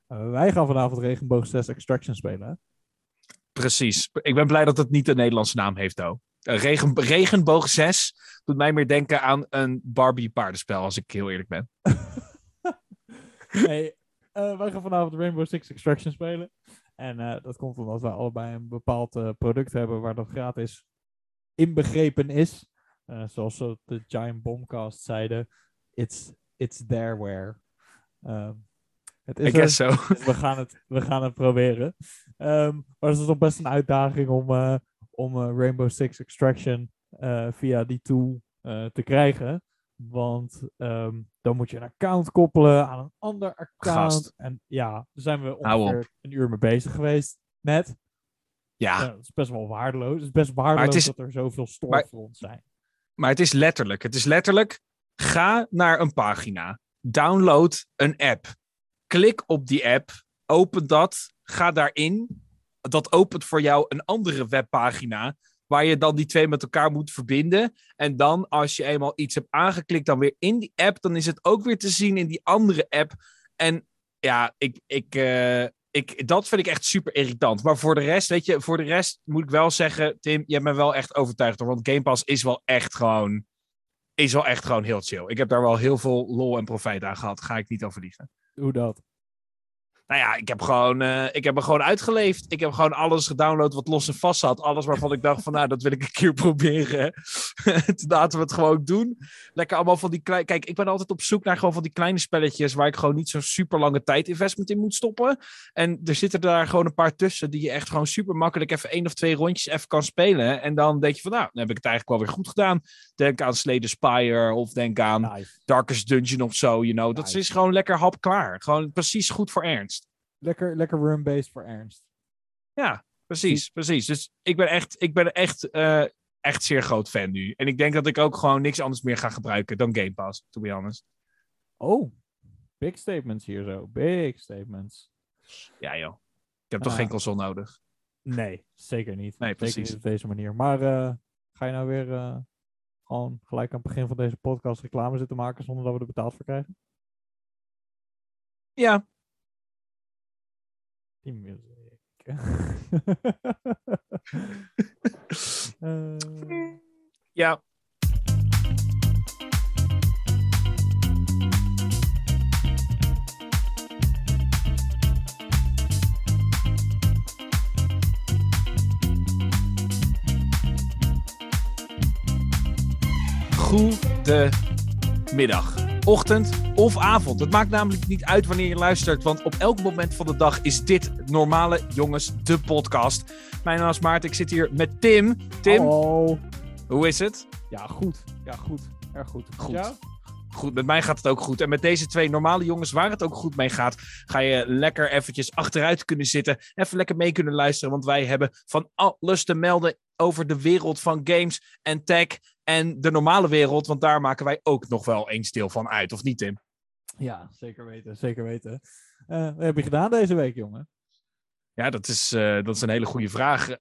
Wij gaan vanavond Regenboog 6 Extraction spelen. Hè? Precies. Ik ben blij dat het niet een Nederlandse naam heeft, though. Regenboog 6 doet mij meer denken aan een Barbie paardenspel, als ik heel eerlijk ben. Hey, wij gaan vanavond Rainbow Six Extraction spelen. En dat komt omdat wij allebei een bepaald product hebben waar dat gratis inbegrepen is. Zoals de Giant Bombcast zeiden, it's thereware. Het is I guess so. Dus we gaan het proberen. Maar het is nog best een uitdaging om Rainbow Six Extraction via die tool te krijgen. Want dan moet je een account koppelen aan een ander account. Gast. En ja, daar zijn we Hou ongeveer een uur mee bezig geweest. Net. Ja, Dat is best wel waardeloos. Het is best waardeloos dat er zoveel storefronts zijn. maar het is letterlijk, ga naar een pagina. Download een app. Klik op die app. Open dat. Ga daarin. Dat opent voor jou een andere webpagina. Waar je dan die twee met elkaar moet verbinden. En dan, als je eenmaal iets hebt aangeklikt, dan weer in die app. Dan is het ook weer te zien in die andere app. En ja, dat vind ik echt super irritant. Maar voor de rest, moet ik wel zeggen, Tim, je hebt me wel echt overtuigd. Want Game Pass is wel echt gewoon heel chill. Ik heb daar wel heel veel lol en profijt aan gehad. Ga ik niet over liegen. Hoe dat? Nou ja, ik heb me gewoon uitgeleefd. Ik heb gewoon alles gedownload wat los en vast zat. Alles waarvan ik dacht van, nou, dat wil ik een keer proberen. Toen laten we het gewoon doen. Lekker allemaal van die kleine... Kijk, ik ben altijd op zoek naar gewoon van die kleine spelletjes waar ik gewoon niet zo'n super lange tijd investment in moet stoppen. En er zitten daar gewoon een paar tussen die je echt gewoon super makkelijk even 1 of 2 rondjes even kan spelen. En dan denk je van, nou, dan heb ik het eigenlijk wel weer goed gedaan. Denk aan Slay the Spire of denk aan Darkest Dungeon of zo, you know. Dat is gewoon lekker hapklaar. Gewoon precies goed voor ernst. Lekker run-based voor ernst. Ja, precies. Dus ik ben echt zeer groot fan nu. En ik denk dat ik ook gewoon niks anders meer ga gebruiken dan Game Pass, to be honest. Oh, big statements hier zo. Big statements. Ja joh, ik heb toch geen console nodig? Nee, zeker niet. Nee, precies. Zeker niet op deze manier. Maar ga je nou weer gewoon gelijk aan het begin van deze podcast reclame zitten maken zonder dat we er betaald voor krijgen? Ja. Die muziek. Ja. Goedemiddag. Ochtend of avond. Het maakt namelijk niet uit wanneer je luistert, want op elk moment van de dag is dit Normale Jongens, de podcast. Mijn naam is Maarten, ik zit hier met Tim. Tim, hallo. Hoe is het? Ja, goed. Ja, goed. Erg goed. Goed. Ja? Goed, met mij gaat het ook goed. En met deze 2 normale jongens waar het ook goed mee gaat, ga je lekker eventjes achteruit kunnen zitten. Even lekker mee kunnen luisteren, want wij hebben van alles te melden over de wereld van games en tech en de normale wereld, want daar maken wij ook nog wel eens deel van uit, of niet, Tim? Ja, zeker weten. Zeker weten. Wat heb je gedaan deze week, jongen? Ja, dat is een hele goede vraag.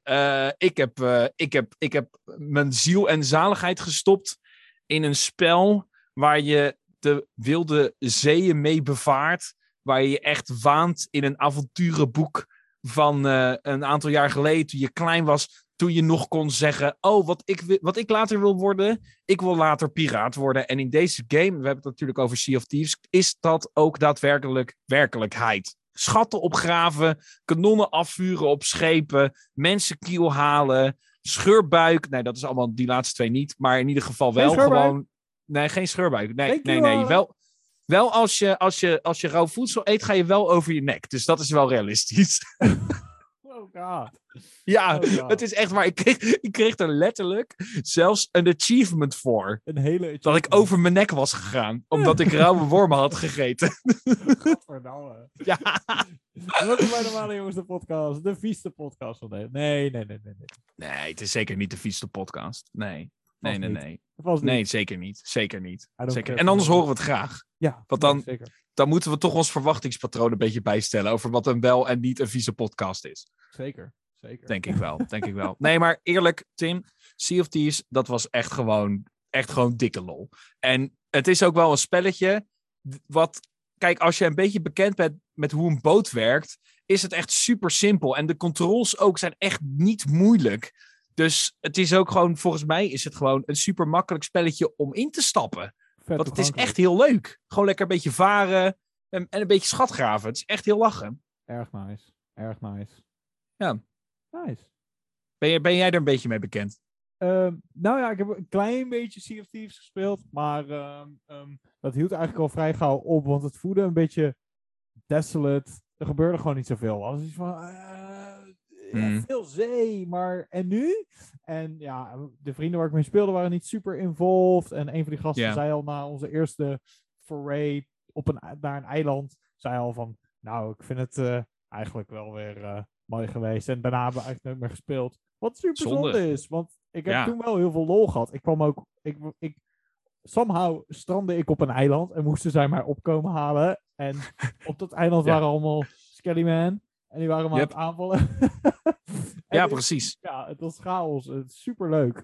Ik heb mijn ziel en zaligheid gestopt in een spel waar je de wilde zeeën mee bevaart. Waar je je echt waant in een avonturenboek van een aantal jaar geleden. Toen je klein was. Toen je nog kon zeggen, oh, wat ik later wil worden. Ik wil later piraat worden. En in deze game, we hebben het natuurlijk over Sea of Thieves. Is dat ook daadwerkelijk werkelijkheid. Schatten opgraven. Kanonnen afvuren op schepen. Mensen kiel halen. Scheurbuik. Nee, dat is allemaal die laatste 2 niet. Maar in ieder geval wel gewoon... Nee, geen scheurbuik. Nee. Wel als je rauw voedsel eet, ga je wel over je nek. Dus dat is wel realistisch. Oh god. Ja, het is echt waar. Ik kreeg er letterlijk zelfs een achievement voor. Een hele achievement. Dat ik over mijn nek was gegaan. Omdat ik rauwe wormen had gegeten. Godverdamme. Ja. Welkom bij Normale Jongens, de podcast. De vieste podcast van deze. Nee. Nee, het is zeker niet de vieste podcast. Nee. Niet. Nee, zeker niet. Zeker niet. Zeker. En anders horen we het graag. Ja, Want dan, zeker. Dan moeten we toch ons verwachtingspatroon een beetje bijstellen over wat een wel en niet een vieze podcast is. Zeker. Denk ik wel. Nee, maar eerlijk, Tim, Sea of Thieves, dat was echt gewoon dikke lol. En het is ook wel een spelletje wat kijk, als je een beetje bekend bent met hoe een boot werkt, is het echt super simpel. En de controls ook zijn echt niet moeilijk. Dus het is ook gewoon, volgens mij is het gewoon een super makkelijk spelletje om in te stappen. Want het is echt heel leuk. Gewoon lekker een beetje varen en een beetje schatgraven. Het is echt heel lachen. Erg nice. Erg nice. Ja. Nice. Ben jij er een beetje mee bekend? Nou ja, ik heb een klein beetje Sea of Thieves gespeeld, maar dat hield eigenlijk al vrij gauw op, want het voelde een beetje desolate. Er gebeurde gewoon niet zoveel. Alles is van, veel zee, maar en nu? En ja, de vrienden waar ik mee speelde waren niet super involved. En een van die gasten zei al na onze eerste foray naar een eiland, zei al van, nou, ik vind het eigenlijk wel weer mooi geweest. En daarna hebben we eigenlijk nooit meer gespeeld. Wat super zonde is, want ik heb toen wel heel veel lol gehad. Ik kwam ook, somehow strandde ik op een eiland en moesten zij mij opkomen halen. En op dat eiland waren allemaal Skellyman. En die waren me aan het aanvallen. Precies. Ja, het was chaos. Het is super leuk.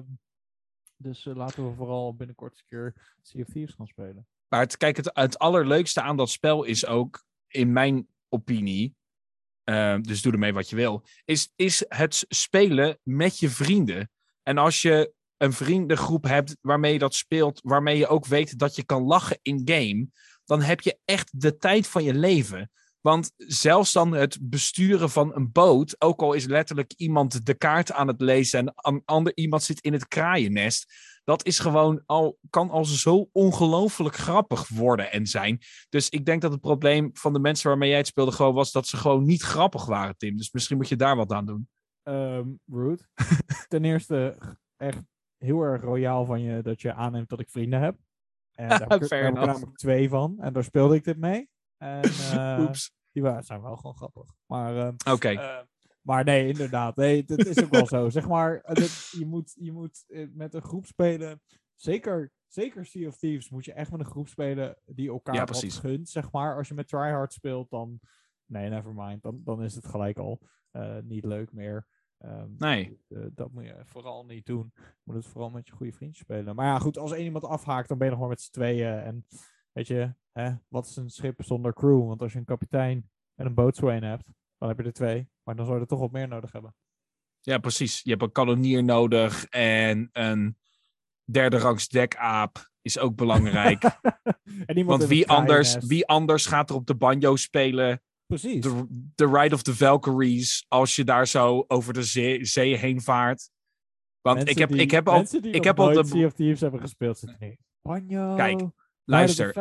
Dus laten we vooral binnenkort eens een keer Sea of Thieves gaan spelen. Maar het allerleukste aan dat spel is ook, in mijn opinie, dus doe ermee wat je wil, is het spelen met je vrienden. En als je een vriendengroep hebt waarmee je dat speelt, waarmee je ook weet dat je kan lachen in-game, dan heb je echt de tijd van je leven. Want zelfs dan het besturen van een boot, ook al is letterlijk iemand de kaart aan het lezen en een ander iemand zit in het kraaiennest, dat is gewoon kan al zo ongelooflijk grappig worden en zijn. Dus ik denk dat het probleem van de mensen waarmee jij het speelde gewoon was dat ze gewoon niet grappig waren, Tim. Dus misschien moet je daar wat aan doen. Rude. Ten eerste echt heel erg royaal van je dat je aanneemt dat ik vrienden heb. En daar heb ik er namelijk 2 van. En daar speelde ik dit mee. En die zijn wel gewoon grappig. Maar, maar nee, inderdaad. Nee, dat is ook wel zo. Zeg maar, je moet met een groep spelen. Zeker Sea of Thieves moet je echt met een groep spelen die elkaar wat gunt. Zeg maar. Als je met tryhard speelt, dan... Nee, nevermind. Dan is het gelijk al niet leuk meer. Nee. Dat moet je vooral niet doen. Je moet het vooral met je goede vriendjes spelen. Maar ja, goed, als één iemand afhaakt, dan ben je nog maar met z'n tweeën. En weet je, wat is een schip zonder crew? Want als je een kapitein en een bootswain hebt, dan heb je er 2. Maar dan zou je er toch wat meer nodig hebben. Ja, precies. Je hebt een kanonier nodig en een derde rangs dekaap is ook belangrijk. Want wie anders gaat er op de banjo spelen? Precies. The Ride of the Valkyries, als je daar zo over de zee heen vaart. Want mensen ik heb al de Sea of Thieves hebben gespeeld. Zitten banjo. Kijk, luister.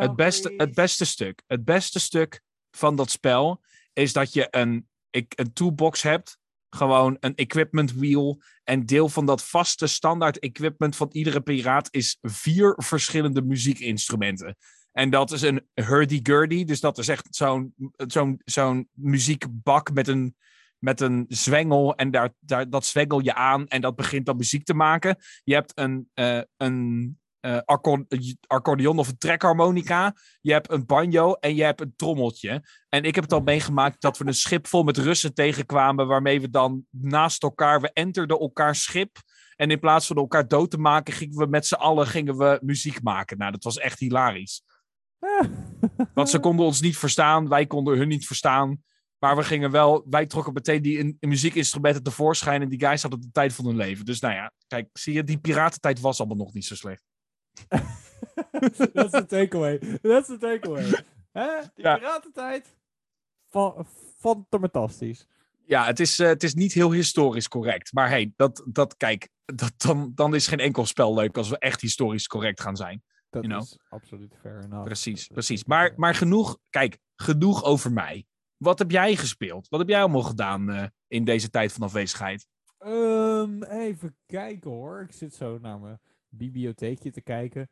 Het beste stuk van dat spel is dat je een toolbox hebt. Gewoon een equipment wheel. En deel van dat vaste standaard equipment van iedere piraat is 4 verschillende muziekinstrumenten. En dat is een hurdy-gurdy. Dus dat is echt zo'n muziekbak met een zwengel. En dat zwengel je aan. En dat begint dan muziek te maken. Je hebt een accordeon of een trekharmonica. Je hebt een banjo en je hebt een trommeltje. En ik heb het al meegemaakt dat we een schip vol met Russen tegenkwamen. Waarmee we dan naast elkaar, we enterden elkaars schip. En in plaats van elkaar dood te maken, gingen we met z'n allen muziek maken. Nou, dat was echt hilarisch. Want ze konden ons niet verstaan, wij konden hun niet verstaan. Maar wij trokken meteen die muziekinstrumenten tevoorschijn en die guys hadden de tijd van hun leven. Dus nou ja, kijk, zie je, die piratentijd was allemaal nog niet zo slecht. That's the takeaway. Die piratentijd vond het fantastisch. Ja, het is niet heel historisch correct. Maar hey, dan is geen enkel spel leuk als we echt historisch correct gaan zijn. Dat is absoluut fair enough. Precies. Maar genoeg over mij. Wat heb jij gespeeld? Wat heb jij allemaal gedaan in deze tijd van afwezigheid? Even kijken hoor. Ik zit zo naar mijn bibliotheekje te kijken.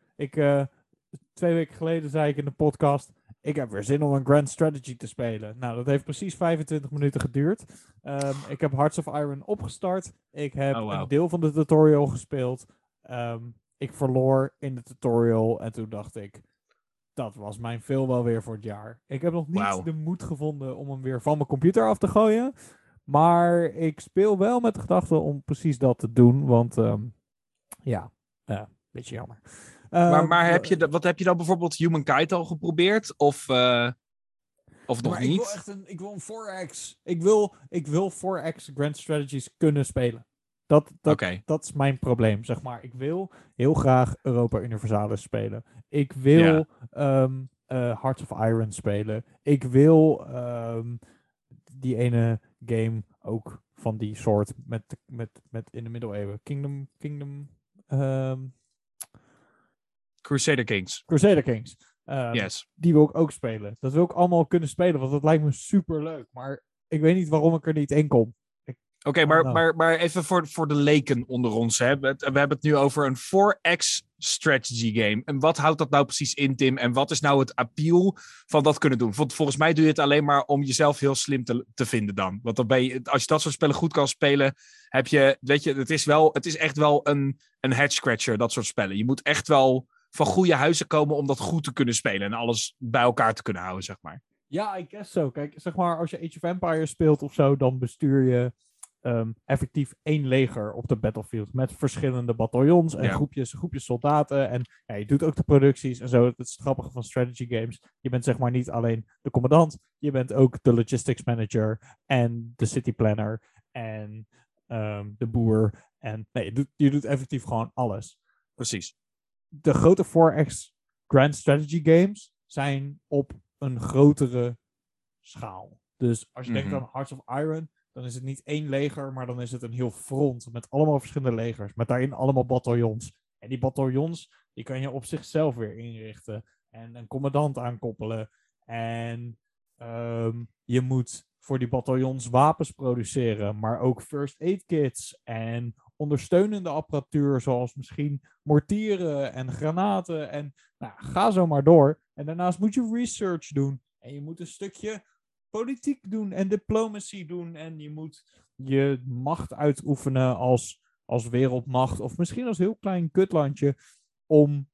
2 weken geleden zei ik in de podcast, ik heb weer zin om een Grand Strategy te spelen. Nou, dat heeft precies 25 minuten geduurd. Ik heb Hearts of Iron opgestart. Ik heb een deel van de tutorial gespeeld. Ik verloor in de tutorial en toen dacht ik, dat was mijn veel wel weer voor het jaar. Ik heb nog niet de moed gevonden om hem weer van mijn computer af te gooien. Maar ik speel wel met de gedachte om precies dat te doen. Want beetje jammer. Maar wat heb je dan bijvoorbeeld Humankind al geprobeerd? Of nog niet? Ik wil een 4X. Ik wil 4X Grand Strategies kunnen spelen. Dat is mijn probleem, zeg maar. Ik wil heel graag Europa Universalis spelen. Ik wil Hearts of Iron spelen. Ik wil die ene game ook van die soort met in de middeleeuwen. Crusader Kings. Crusader Kings. Yes. Die wil ik ook spelen. Dat wil ik allemaal kunnen spelen, want dat lijkt me super leuk. Maar ik weet niet waarom ik er niet in kom. Oké, maar even voor de leken onder ons. Hè. We hebben het nu over een 4X strategy game. En wat houdt dat nou precies in, Tim? En wat is nou het appeal van dat kunnen doen? Volgens mij doe je het alleen maar om jezelf heel slim te vinden dan. Want dan als je dat soort spellen goed kan spelen, heb je, weet je, het is echt wel een head scratcher, dat soort spellen. Je moet echt wel van goede huizen komen om dat goed te kunnen spelen en alles bij elkaar te kunnen houden, zeg maar. Ja, I guess so. Kijk, zeg maar, als je Age of Empires speelt of zo, dan bestuur je effectief 1 leger op de battlefield met verschillende bataljons en groepjes soldaten. En ja, je doet ook de producties en zo. Dat is het grappige van strategy games. Je bent zeg maar niet alleen de commandant, je bent ook de logistics manager en de city planner en de boer. En nee, je doet effectief gewoon alles. Precies. De grote 4X Grand Strategy games zijn op een grotere schaal. Dus als je denkt aan Hearts of Iron, dan is het niet 1 leger, maar dan is het een heel front met allemaal verschillende legers, met daarin allemaal bataljons. En die bataljons, die kan je op zichzelf weer inrichten en een commandant aankoppelen. En je moet voor die bataljons wapens produceren, maar ook first aid kits en ondersteunende apparatuur, zoals misschien mortieren en granaten. En nou, ga zo maar door. En daarnaast moet je research doen. En je moet een stukje politiek doen en diplomacy doen. En je moet je macht uitoefenen als wereldmacht. Of misschien als heel klein kutlandje. Om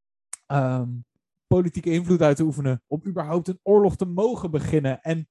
politieke invloed uit te oefenen. Om überhaupt een oorlog te mogen beginnen. En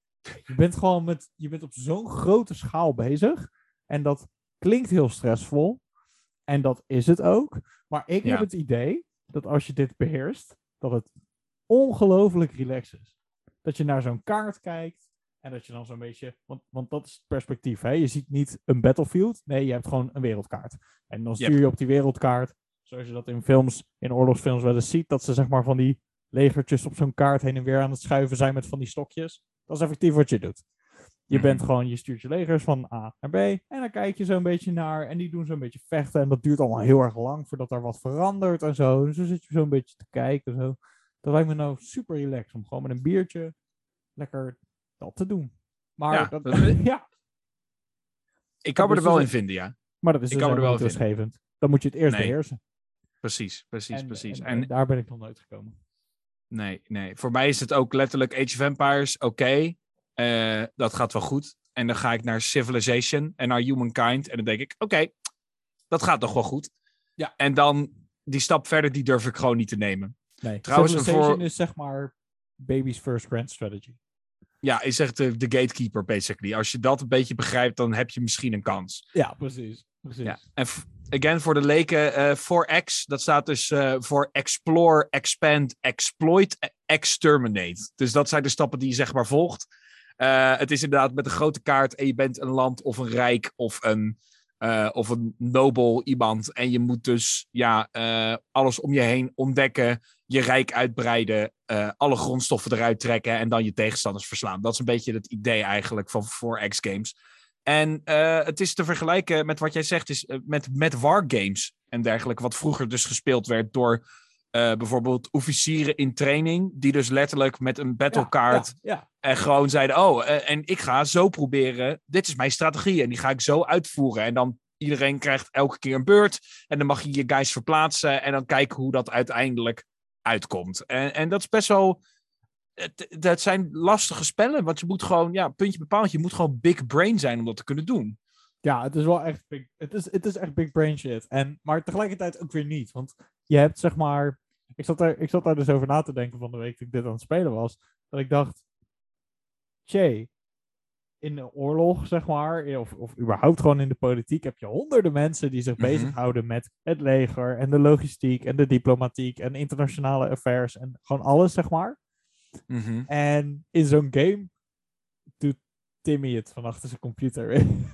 je bent op zo'n grote schaal bezig. En dat klinkt heel stressvol. En dat is het ook. Maar ik heb het idee dat als je dit beheerst, dat het ongelooflijk relaxed is. Dat je naar zo'n kaart kijkt en dat je dan zo'n beetje... Want dat is het perspectief, hè? Je ziet niet een battlefield. Nee, je hebt gewoon een wereldkaart. En dan stuur je op die wereldkaart, zoals je dat in films, in oorlogsfilms wel eens ziet, dat ze zeg maar van die legertjes op zo'n kaart heen en weer aan het schuiven zijn met van die stokjes. Dat is effectief wat je doet. Je stuurt je legers van A naar B en dan kijk je zo'n beetje naar en die doen zo'n beetje vechten en dat duurt allemaal heel erg lang voordat er wat verandert en zo. Dus dan zit je zo'n beetje te kijken en zo. Dat lijkt me nou super relaxed om gewoon met een biertje lekker dat te doen. Maar ja. Ik kan me er wel in vinden, ja. Maar dat is dus wel rustgevend. Dan moet je het eerst beheersen. Precies. En daar ben ik nog nooit gekomen. Nee. Voor mij is het ook letterlijk Age of Empires, oké. Dat gaat wel goed. En dan ga ik naar Civilization en naar Humankind. En dan denk ik, oké, dat gaat toch wel goed. Ja. En dan die stap verder, die durf ik gewoon niet te nemen. Nee, trouwens, Civilization is zeg maar baby's first grand strategy. Ja, is echt de gatekeeper, basically. Als je dat een beetje begrijpt, dan heb je misschien een kans. Ja, precies. Ja. En again, voor de leken, 4X, dat staat dus voor Explore, Expand, Exploit, Exterminate. Dus dat zijn de stappen die je zeg maar volgt. Het is inderdaad met een grote kaart en je bent een land of een rijk of een nobel iemand. En je moet dus alles om je heen ontdekken, je rijk uitbreiden, alle grondstoffen eruit trekken en dan je tegenstanders verslaan. Dat is een beetje het idee eigenlijk van 4X games. En het is te vergelijken met wat jij zegt, is met wargames en dergelijke, wat vroeger dus gespeeld werd door bijvoorbeeld officieren in training, die dus letterlijk met een battlekaart en gewoon zeiden, en ik ga zo proberen, dit is mijn strategie en die ga ik zo uitvoeren. En dan iedereen krijgt elke keer een beurt en dan mag je je guys verplaatsen en dan kijken hoe dat uiteindelijk uitkomt. En dat is best wel... Dat zijn lastige spellen, want je moet gewoon, puntje bepaald, je moet gewoon big brain zijn om dat te kunnen doen. Ja, het is wel echt big, het is echt big brain shit. Maar tegelijkertijd ook weer niet, want je hebt zeg maar... Ik zat daar dus over na te denken van de week dat ik dit aan het spelen was, dat ik dacht, in een oorlog, zeg maar, of überhaupt gewoon in de politiek, heb je honderden mensen die zich bezighouden met het leger en de logistiek en de diplomatiek en internationale affairs en gewoon alles, zeg maar. Mhm. En in zo'n game doet Timmy het van achter zijn computer.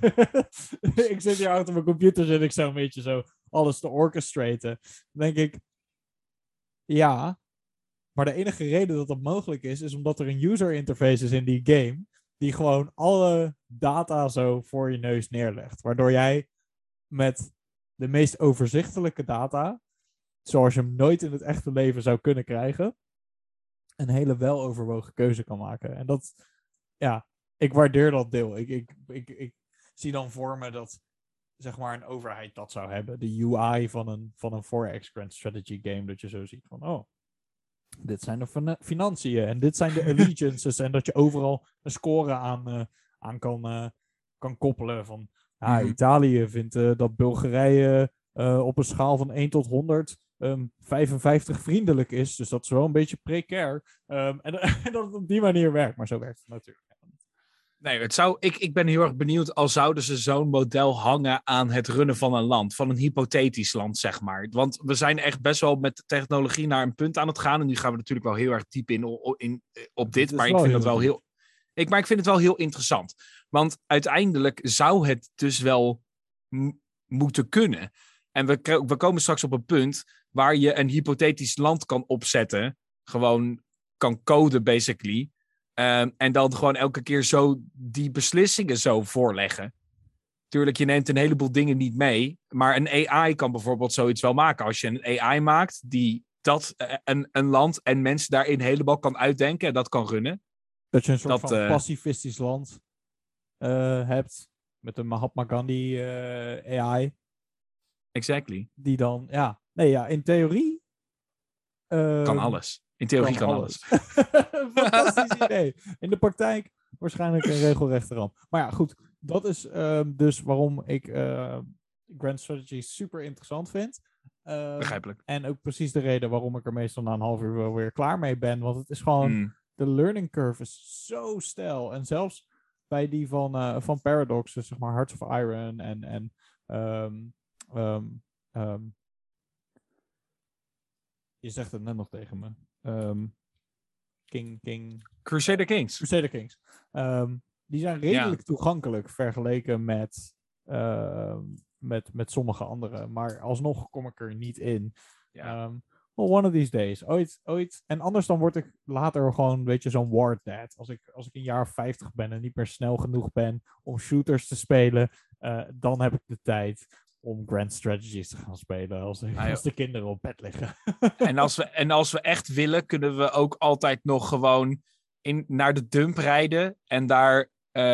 Ik zit hier achter mijn computer en ik zou een beetje zo alles te orchestraten. Dan denk ik, ja, maar de enige reden dat dat mogelijk is omdat er een user interface is in die game die gewoon alle data zo voor je neus neerlegt. Waardoor jij met de meest overzichtelijke data, zoals je hem nooit in het echte leven zou kunnen krijgen, een hele weloverwogen keuze kan maken. En dat, ja, ik waardeer dat deel. Ik zie dan voor me dat, zeg maar, een overheid dat zou hebben. De UI van een 4X Grand Strategy game, dat je zo ziet van, oh, dit zijn de financiën en dit zijn de allegiances. En dat je overal een score aan kan koppelen. Van, Italië vindt dat Bulgarije op een schaal van 1 tot 100 55 vriendelijk is. Dus dat is wel een beetje precair. En dat het op die manier werkt. Maar zo werkt het natuurlijk. Nee, ik ben heel erg benieuwd al zouden ze zo'n model hangen aan het runnen van een land. Van een hypothetisch land, zeg maar. Want we zijn echt best wel met technologie naar een punt aan het gaan. En nu gaan we natuurlijk wel heel erg diep op dit. Maar ik vind het wel heel... Maar ik vind het wel heel interessant. Want uiteindelijk zou het dus wel moeten kunnen. En we komen straks op een punt waar je een hypothetisch land kan opzetten. Gewoon kan coden, basically. En dan gewoon elke keer zo die beslissingen zo voorleggen. Tuurlijk, je neemt een heleboel dingen niet mee. Maar een AI kan bijvoorbeeld zoiets wel maken. Als je een AI maakt die een land en mensen daarin helemaal kan uitdenken en dat kan runnen. Dat je een soort van pacifistisch land hebt. Met een Mahatma Gandhi AI. Exactly. Die dan, in theorie... kan alles. In theorie kan alles. Fantastisch idee. In de praktijk waarschijnlijk een regelrechte ramp. Maar ja, goed. Dat is dus waarom ik Grand Strategy super interessant vind. Begrijpelijk. En ook precies de reden waarom ik er meestal na een half uur wel weer klaar mee ben. Want het is gewoon... De learning curve is zo steil. En zelfs bij die van Paradox, dus zeg maar Hearts of Iron en je zegt het net nog tegen me. Crusader Kings. Crusader Kings. Die zijn redelijk toegankelijk vergeleken met sommige andere. Maar alsnog kom ik er niet in. Ja. One of these days. Ooit. En anders dan word ik later gewoon, weet je, zo'n war dad. Als ik een jaar of 50 ben en niet meer snel genoeg ben om shooters te spelen, dan heb ik de tijd om Grand Strategies te gaan spelen als de kinderen op bed liggen. En als we echt willen, kunnen we ook altijd nog gewoon naar de dump rijden en daar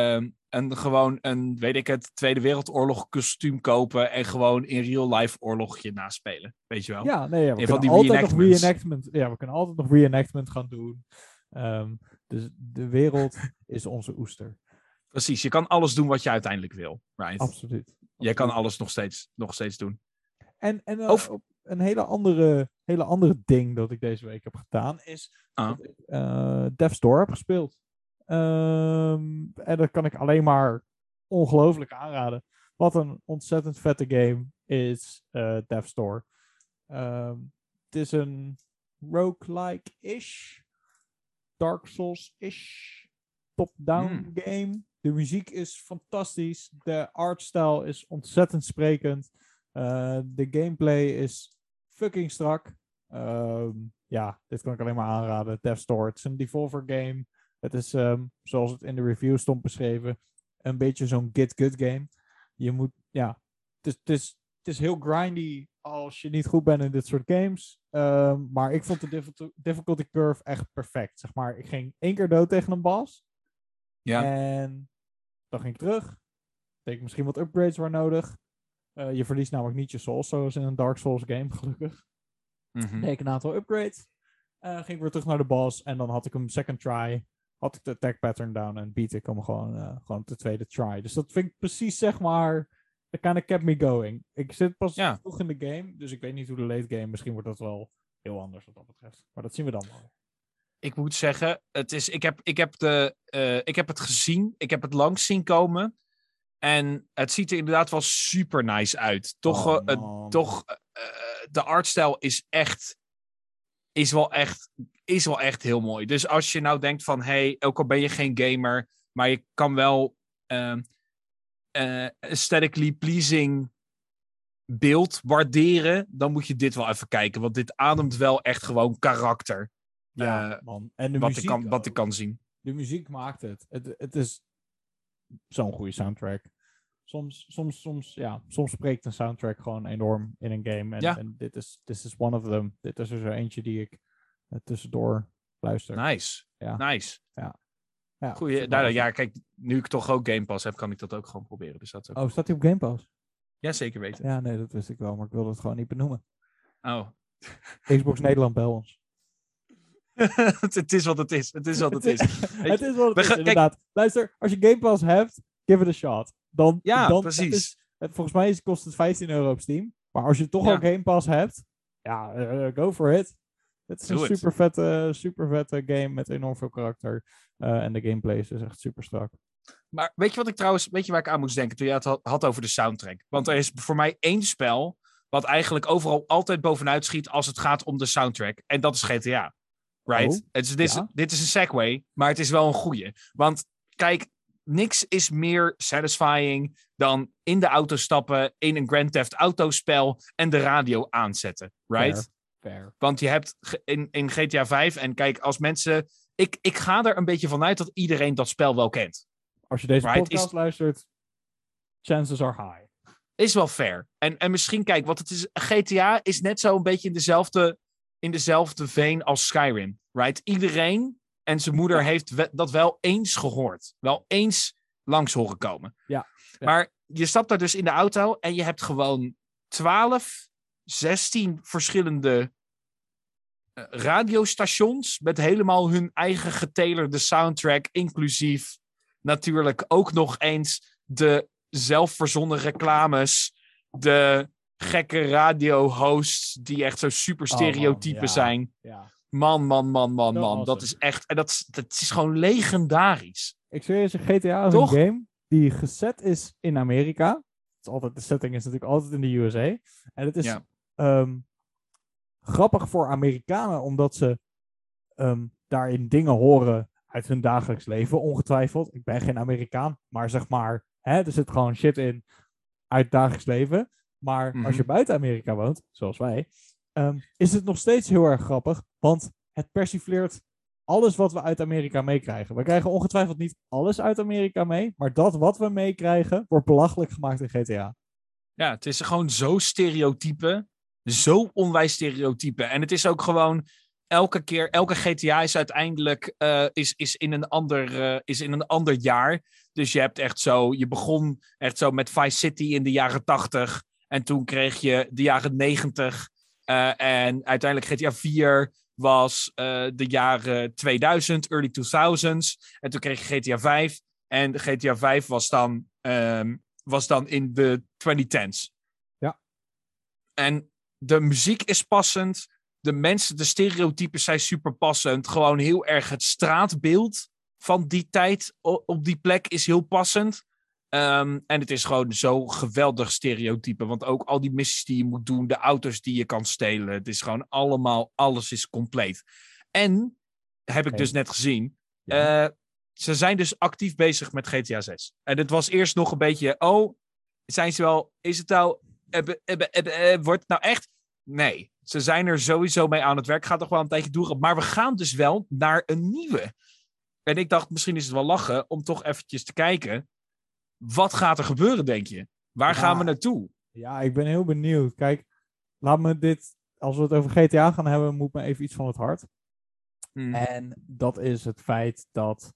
een Tweede Wereldoorlog kostuum kopen en gewoon in real life oorlogje naspelen. Weet je wel? Ja, nee, we kunnen altijd nog reenactment gaan doen. Dus de wereld is onze oester. Precies, je kan alles doen wat je uiteindelijk wil. Right? Absoluut. Jij kan alles nog steeds doen. En een hele andere ding dat ik deze week heb gedaan is dat ik Death's Door heb gespeeld. En dat kan ik alleen maar ongelooflijk aanraden. Wat een ontzettend vette game is Death's Door. Het is een roguelike-ish, Dark Souls-ish, top-down game. De muziek is fantastisch. De artstyle is ontzettend sprekend. De gameplay is fucking strak. Dit kan ik alleen maar aanraden. Death's Door. Het is een Devolver game. Het is, zoals het in de review stond beschreven, een beetje zo'n get-good game. Je moet, het is heel grindy als je niet goed bent in dit soort games. Maar ik vond de difficulty curve echt perfect. Zeg maar, ik ging 1 keer dood tegen een boss. Ja. En dan ging ik terug. Deed ik misschien wat upgrades waar nodig. Je verliest namelijk niet je souls, zoals in een Dark Souls game, gelukkig. Mm-hmm. Deed ik een aantal upgrades. Ging ik weer terug naar de boss. En dan had ik hem second try. Had ik de attack pattern down en beat ik hem gewoon op de tweede try. Dus dat vind ik precies, zeg maar, that kind of kept me going. Ik zit pas vroeg in de game, dus ik weet niet hoe de late game, misschien wordt dat wel heel anders wat dat betreft. Maar dat zien we dan wel. Ik moet zeggen, ik heb het gezien. Ik heb het langs zien komen. En het ziet er inderdaad wel super nice uit. De artstijl is wel echt heel mooi. Dus als je nou denkt van, hey, ook al ben je geen gamer, maar je kan wel aesthetically pleasing beeld waarderen, dan moet je dit wel even kijken. Want dit ademt wel echt gewoon karakter. Ja, man. En de wat muziek ik kan zien. De muziek maakt het. Het is zo'n goede soundtrack. Soms spreekt een soundtrack gewoon enorm in een game. En dit is one of them. Dit is er zo eentje die ik tussendoor luister. Nice. Ja. Nice. Ja, goeie. Kijk, nu ik toch ook Game Pass heb, kan ik dat ook gewoon proberen. Dus dat is ook staat hij op Game Pass? Ja, zeker weten. Ja, nee, dat wist ik wel, maar ik wilde het gewoon niet benoemen. Oh. Xbox Nederland, bel ons. Het is wat het is. Het is wat het is. Het is wat het is, inderdaad. Luister, als je Game Pass hebt, give it a shot. Dan, precies. Volgens mij kost het €15 op Steam. Maar als je toch al Game Pass hebt, go for it. Het is een super vette game met enorm veel karakter. En de gameplay is dus echt super strak. Maar weet je waar ik aan moest denken toen je het had over de soundtrack? Want er is voor mij één spel wat eigenlijk overal altijd bovenuit schiet als het gaat om de soundtrack. En dat is GTA. Right? Dit is een segue, maar het is wel een goeie. Want kijk, niks is meer satisfying dan in de auto stappen, in een Grand Theft Auto spel en de radio aanzetten. Right? Fair. Want je hebt in GTA 5, en kijk, als mensen... Ik ga er een beetje vanuit dat iedereen dat spel wel kent. Als je deze podcast luistert, chances are high. Is wel fair. En misschien, kijk, wat het is, GTA is net zo een beetje in dezelfde veen als Skyrim. Right? Iedereen en zijn moeder heeft dat wel eens gehoord. Wel eens langs horen komen. Ja. Maar je stapt daar dus in de auto en je hebt gewoon 12, 16 verschillende radiostations met helemaal hun eigen getalerde soundtrack, inclusief natuurlijk ook nog eens de zelfverzonnen reclames, de gekke radio-hosts die echt zo super stereotypen zijn. Ja. Man. Dat is echt... En dat is gewoon legendarisch. Ik zou je zeggen, GTA is een game die gezet is in Amerika. De setting is natuurlijk altijd in de USA. En het is grappig voor Amerikanen, omdat ze daarin dingen horen uit hun dagelijks leven, ongetwijfeld. Ik ben geen Amerikaan, maar zeg maar, er zit gewoon shit in uit het dagelijks leven. Maar als je buiten Amerika woont, zoals wij, is het nog steeds heel erg grappig, want het persifleert alles wat we uit Amerika meekrijgen. We krijgen ongetwijfeld niet alles uit Amerika mee, maar dat wat we meekrijgen, wordt belachelijk gemaakt in GTA. Ja, het is gewoon zo stereotype, zo onwijs stereotype. En het is ook gewoon... Elke GTA is uiteindelijk is in een ander jaar. Dus je hebt echt zo... Je begon echt zo met Vice City in de jaren 80. En toen kreeg je de jaren 90. En uiteindelijk GTA 4 was de jaren 2000, early 2000s. En toen kreeg je GTA 5. En GTA 5 was dan in de 2010s. Ja. En de muziek is passend. De stereotypen zijn super passend. Gewoon heel erg het straatbeeld van die tijd op die plek is heel passend. En het is gewoon zo geweldig stereotype. Want ook al die missies die je moet doen, de auto's die je kan stelen. Het is gewoon alles is compleet. En, heb ik dus net gezien, ze zijn dus actief bezig met GTA 6. En het was eerst nog een beetje, zijn ze wel, is het nou, wordt het nou echt? Nee. Ze zijn er sowieso mee aan het werk. Gaat toch wel een tijdje door. Maar we gaan dus wel naar een nieuwe. En ik dacht, misschien is het wel lachen om toch eventjes te kijken. Wat gaat er gebeuren, denk je? Waar gaan we naartoe? Ja, ik ben heel benieuwd. Kijk, laat me dit... Als we het over GTA gaan hebben, moet me even iets van het hart. En dat is het feit dat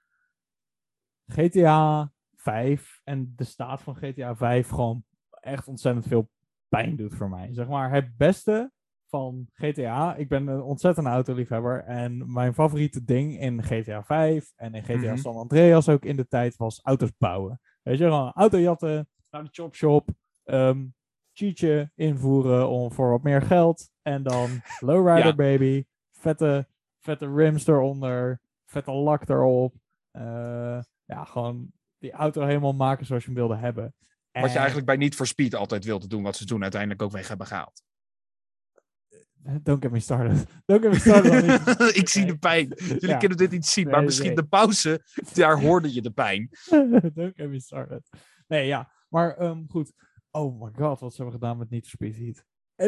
GTA 5 en de staat van GTA 5 gewoon echt ontzettend veel pijn doet voor mij. Zeg maar, het beste van GTA... Ik ben een ontzettende autoliefhebber. En mijn favoriete ding in GTA 5 en in GTA San Andreas ook in de tijd was auto's bouwen. Weet je, gewoon autojatten, naar de chopshop, cheatje invoeren voor wat meer geld. En dan lowrider baby, vette vette rims eronder, vette lak erop. Gewoon die auto helemaal maken zoals je hem wilde hebben. Wat je eigenlijk bij Need for Speed altijd wilde doen, wat ze toen uiteindelijk ook weg hebben gehaald. Don't get me started. Don't get me started. Ik zie de pijn. Jullie kunnen dit niet zien, maar misschien de pauze, daar hoorde je de pijn. Don't get me started. Nee, ja. Maar goed. Oh my god, wat ze hebben gedaan met Need for Speed Heat.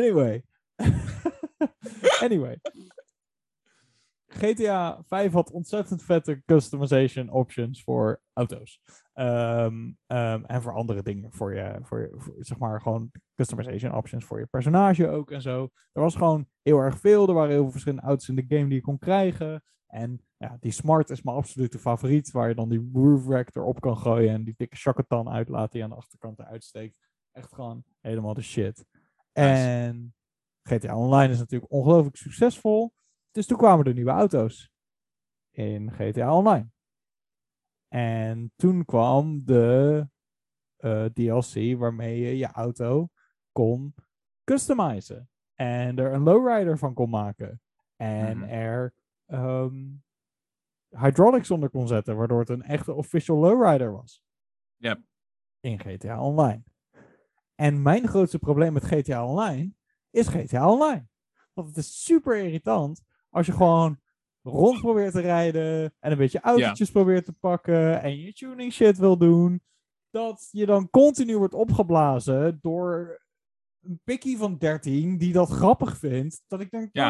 Anyway. GTA 5 had ontzettend vette customization options voor auto's. En voor andere dingen. Voor zeg maar gewoon customization options voor je personage ook en zo. Er was gewoon heel erg veel. Er waren heel veel verschillende auto's in de game die je kon krijgen. En ja, die Smart is mijn absolute favoriet. Waar je dan die roof rack erop kan gooien. En die dikke chakatan uitlaat die aan de achterkant eruit steekt. Echt gewoon helemaal de shit. Nice. En GTA Online is natuurlijk ongelooflijk succesvol. Dus toen kwamen er nieuwe auto's in GTA Online. En toen kwam de DLC waarmee je je auto kon customizen. En er een lowrider van kon maken. En er hydraulics onder kon zetten, waardoor het een echte official lowrider was. Yep. In GTA Online. En mijn grootste probleem met GTA Online is GTA Online. Want het is super irritant als je gewoon rond probeert te rijden en een beetje autootjes probeert te pakken en je tuning shit wil doen, dat je dan continu wordt opgeblazen door een pikkie van 13 die dat grappig vindt, dat ik denk,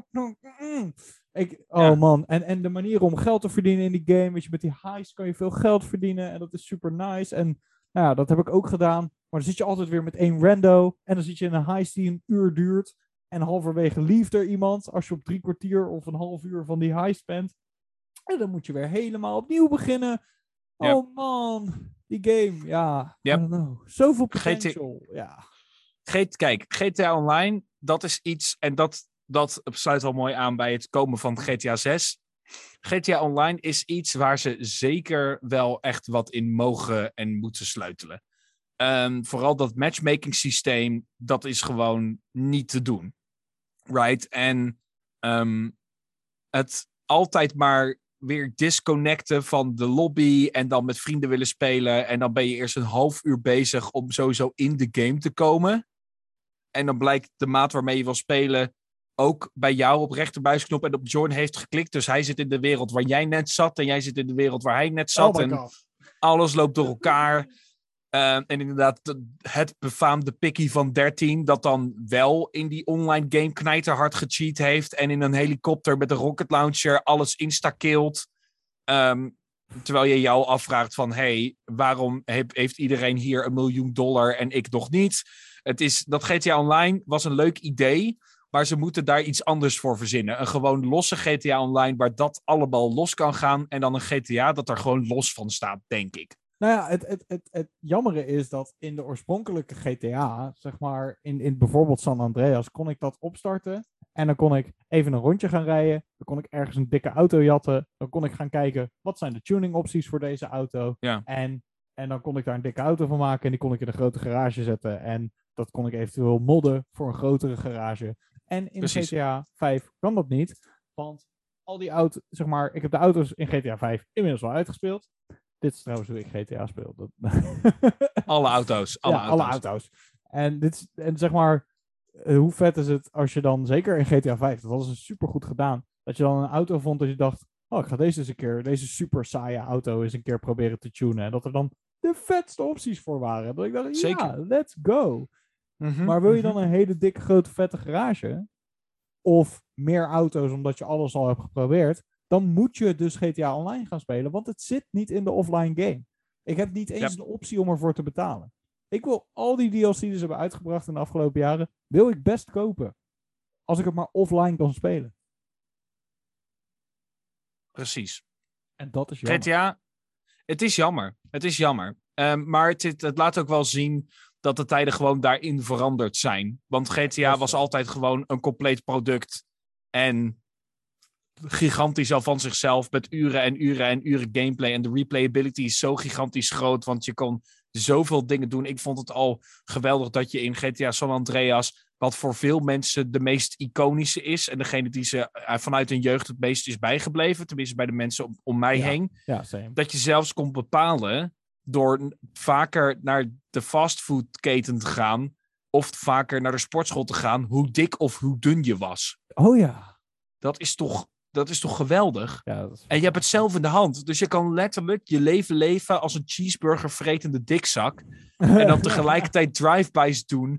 man, en de manier om geld te verdienen in die game, weet je, met die highs kan je veel geld verdienen en dat is super nice en nou ja, dat heb ik ook gedaan, maar dan zit je altijd weer met één rando en dan zit je in een heist die een uur duurt. En halverwege lieft er iemand als je op 3 kwartier of een half uur van die heist bent. En dan moet je weer helemaal opnieuw beginnen. Yep. Oh man, die game, ja. Yep. I don't know. Zoveel potential, Kijk, GTA Online, dat is iets, en dat sluit wel mooi aan bij het komen van GTA 6. GTA Online is iets waar ze zeker wel echt wat in mogen en moeten sleutelen. Vooral dat matchmaking systeem, dat is gewoon niet te doen. Right? En het altijd maar weer disconnecten van de lobby en dan met vrienden willen spelen. En dan ben je eerst een half uur bezig om sowieso in de game te komen. En dan blijkt de maat waarmee je wil spelen ook bij jou op rechterbuisknop en op join heeft geklikt. Dus hij zit in de wereld waar jij net zat en jij zit in de wereld waar hij net zat. En alles loopt door elkaar. En inderdaad, het befaamde pikkie van 13, dat dan wel in die online game knijterhard gecheat heeft en in een helikopter met een rocket launcher alles insta-killt. Terwijl je jou afvraagt van, waarom heeft iedereen hier $1 miljoen en ik nog niet? Dat GTA Online was een leuk idee, maar ze moeten daar iets anders voor verzinnen. Een gewoon losse GTA Online waar dat allemaal los kan gaan en dan een GTA dat er gewoon los van staat, denk ik. Nou ja, het jammere is dat in de oorspronkelijke GTA, zeg maar, in bijvoorbeeld San Andreas, kon ik dat opstarten. En dan kon ik even een rondje gaan rijden. Dan kon ik ergens een dikke auto jatten. Dan kon ik gaan kijken, wat zijn de tuning opties voor deze auto? Ja. En dan kon ik daar een dikke auto van maken en die kon ik in een grote garage zetten. En dat kon ik eventueel modden voor een grotere garage. En in GTA 5 kan dat niet, want al die auto's, zeg maar, ik heb de auto's in GTA 5 inmiddels wel uitgespeeld. Dit is trouwens hoe ik GTA speel. Alle auto's. Alle auto's. En zeg maar, hoe vet is het als je dan, zeker in GTA 5, dat hadden ze super goed gedaan, dat je dan een auto vond dat je dacht, ik ga deze super saaie auto eens een keer proberen te tunen. En dat er dan de vetste opties voor waren. Dat ik dacht, zeker. Let's go. Maar wil je dan een hele dikke, grote, vette garage? Of meer auto's omdat je alles al hebt geprobeerd? Dan moet je dus GTA Online gaan spelen, want het zit niet in de offline game. Ik heb niet eens de optie om ervoor te betalen. Ik wil al die DLC's die ze hebben uitgebracht in de afgelopen jaren, wil ik best kopen. Als ik het maar offline kan spelen. Precies. En dat is jammer. GTA, het is jammer. Maar het laat ook wel zien dat de tijden gewoon daarin veranderd zijn. Want GTA was altijd gewoon een compleet product. En gigantisch al van zichzelf met uren en uren en uren gameplay. En de replayability is zo gigantisch groot. Want je kon zoveel dingen doen. Ik vond het al geweldig dat je in GTA San Andreas, wat voor veel mensen de meest iconische is, en degene die ze vanuit hun jeugd het meest is bijgebleven, tenminste bij de mensen om mij heen, Ja, same. dat je zelfs kon bepalen door vaker naar de fastfoodketen te gaan of vaker naar de sportschool te gaan, hoe dik of hoe dun je was. Oh ja. Dat is toch geweldig? Ja, dat is... En je hebt het zelf in de hand. Dus je kan letterlijk je leven leven als een cheeseburger vretende dikzak. En dan tegelijkertijd drive-bys doen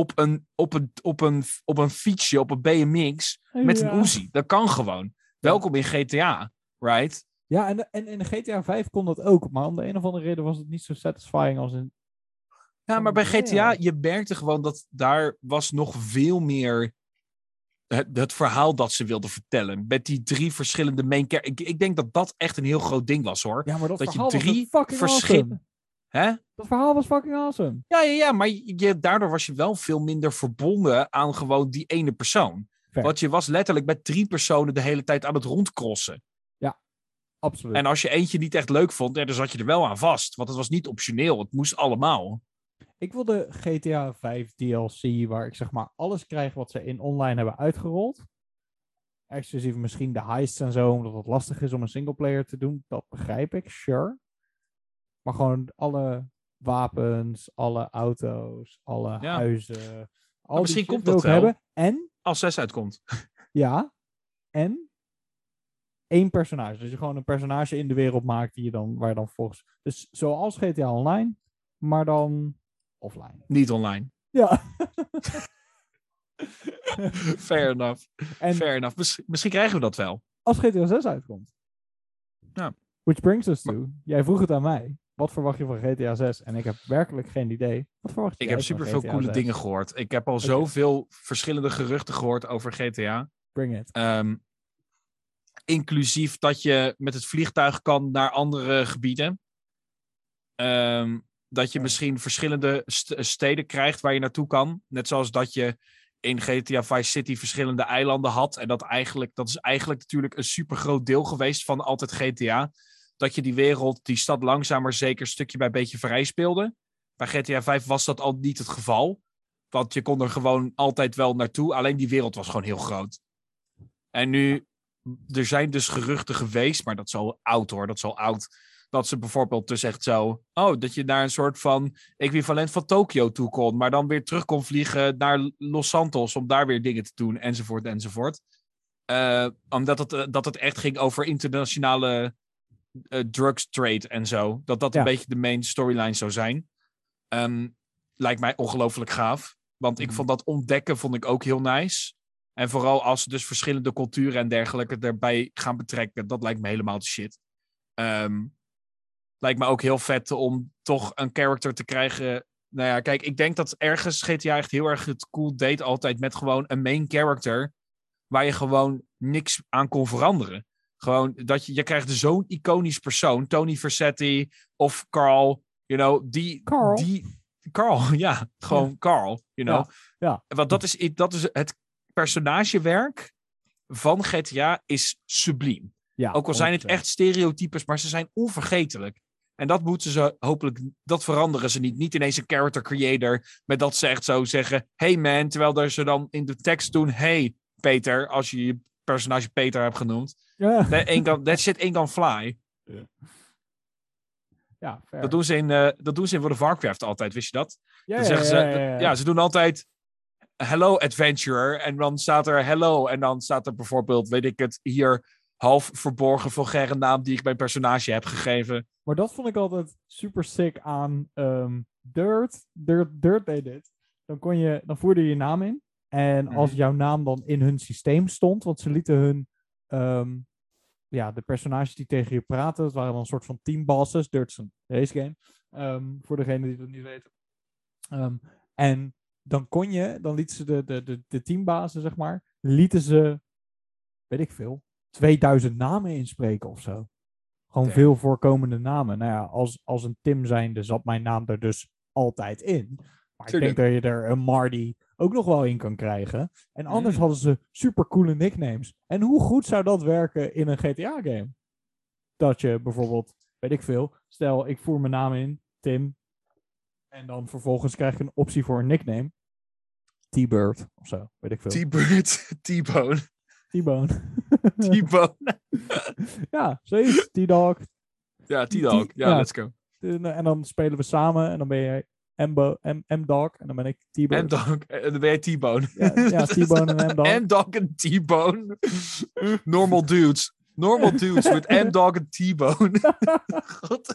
op een fietsje, op een BMX, met een Uzi. Dat kan gewoon. Welkom in GTA, right? Ja, en in GTA 5 kon dat ook. Maar om de een of andere reden was het niet zo satisfying als in... Ja, maar bij GTA, je merkte gewoon dat daar was nog veel meer het verhaal dat ze wilden vertellen. Met die 3 verschillende main characters. Ik denk dat dat echt een heel groot ding was, hoor. Ja, maar dat verhaal je 3 was fucking awesome. Hè? Dat verhaal was fucking awesome. Ja, maar daardoor was je wel veel minder verbonden aan gewoon die ene persoon. Fair. Want je was letterlijk met 3 personen de hele tijd aan het rondcrossen. Ja, absoluut. En als je eentje niet echt leuk vond, dan zat je er wel aan vast. Want het was niet optioneel, het moest allemaal. Ik wil de GTA 5 DLC, waar ik zeg maar alles krijg wat ze in online hebben uitgerold. Exclusief misschien de heists en zo, omdat het lastig is om een singleplayer te doen. Dat begrijp ik, sure. Maar gewoon alle wapens, alle auto's, alle huizen. Al misschien die komt dat wil wel. hebben. En, Als 6 uitkomt. ja, en 1 personage. Dus je gewoon een personage in de wereld maakt die je dan, waar je dan volgens... Dus zoals GTA Online, maar dan offline. Niet online. Ja. Fair enough. Fair enough. Misschien krijgen we dat wel. Als GTA 6 uitkomt. Ja. Which brings us to, jij vroeg het aan mij. Wat verwacht je van GTA 6? En ik heb werkelijk geen idee. Wat verwacht je? Ik heb superveel coole dingen gehoord. Ik heb al zoveel verschillende geruchten gehoord over GTA. Bring it. Inclusief dat je met het vliegtuig kan naar andere gebieden. Dat je misschien verschillende steden krijgt waar je naartoe kan. Net zoals dat je in GTA Vice City verschillende eilanden had. En dat is eigenlijk natuurlijk een supergroot deel geweest van altijd GTA. Dat je die wereld, die stad langzaam maar zeker stukje bij beetje vrij speelde. Bij GTA 5 was dat al niet het geval. Want je kon er gewoon altijd wel naartoe. Alleen die wereld was gewoon heel groot. En nu, er zijn dus geruchten geweest, maar dat is al oud hoor, dat is al oud. Dat ze bijvoorbeeld dus echt zo... dat je naar een soort van equivalent van Tokio toe kon. Maar dan weer terug kon vliegen naar Los Santos om daar weer dingen te doen, enzovoort, enzovoort. Omdat dat het echt ging over internationale drugs trade en zo. Dat een beetje de main storyline zou zijn. Lijkt mij ongelooflijk gaaf. Want ik vond dat ontdekken vond ik ook heel nice. En vooral als ze dus verschillende culturen en dergelijke erbij gaan betrekken. Dat lijkt me helemaal de shit. Lijkt me ook heel vet om toch een character te krijgen. Nou ja, kijk, ik denk dat ergens GTA echt heel erg het cool deed altijd met gewoon een main character waar je gewoon niks aan kon veranderen. Gewoon dat je krijgt zo'n iconisch persoon, Tony Vercetti of Carl, Carl, ja, gewoon Carl, Ja. Want dat is het personagewerk van GTA is subliem. Ja, ook al zijn het echt stereotypes, maar ze zijn onvergetelijk. En dat moeten ze hopelijk, dat veranderen ze niet. Niet ineens een character creator, met dat ze echt zo zeggen, hey man, terwijl ze dan in de tekst doen, hey Peter, als je je personage Peter hebt genoemd. Ja. That shit ain't gonna fly. Ja, fair. Dat doen ze in World of Warcraft altijd, wist je dat? Ja, dan zeggen ze, ze doen altijd hello adventurer en dan staat er hello en dan staat er bijvoorbeeld, weet ik het, hier half verborgen vulgaire naam die ik mijn personage heb gegeven. Maar dat vond ik altijd super sick aan Dirt deed dit. Dan voerde je je naam in. En als jouw naam dan in hun systeem stond, want ze lieten hun de personages die tegen je praten, dat waren dan een soort van teambosses. Dirt is een race game. Voor degenen die dat niet weten. En dan lieten ze de teambazen, zeg maar, lieten ze, weet ik veel, 2000 namen inspreken of zo. Gewoon veel voorkomende namen. Nou ja, als een Tim zijnde zat mijn naam er dus altijd in. Maar ik denk dat je er een Marty ook nog wel in kan krijgen. En anders hadden ze super coole nicknames. En hoe goed zou dat werken in een GTA game? Dat je bijvoorbeeld, weet ik veel, stel ik voer mijn naam in, Tim. En dan vervolgens krijg je een optie voor een nickname. T-Bird of zo, weet ik veel. T-Bird, T-Bone. T-Bone. T-Bone. Ja, zoiets. T-Dog. Ja, T-Dog. Ja, let's go. En dan spelen we samen en dan ben jij M-Dog en dan ben ik T-Bird. M-Dog. En dan ben jij T-Bone. Ja, T-Bone en M-Dog. M-Dog en T-Bone. Normal dudes. Normal dudes with M-Dog en T-Bone. God.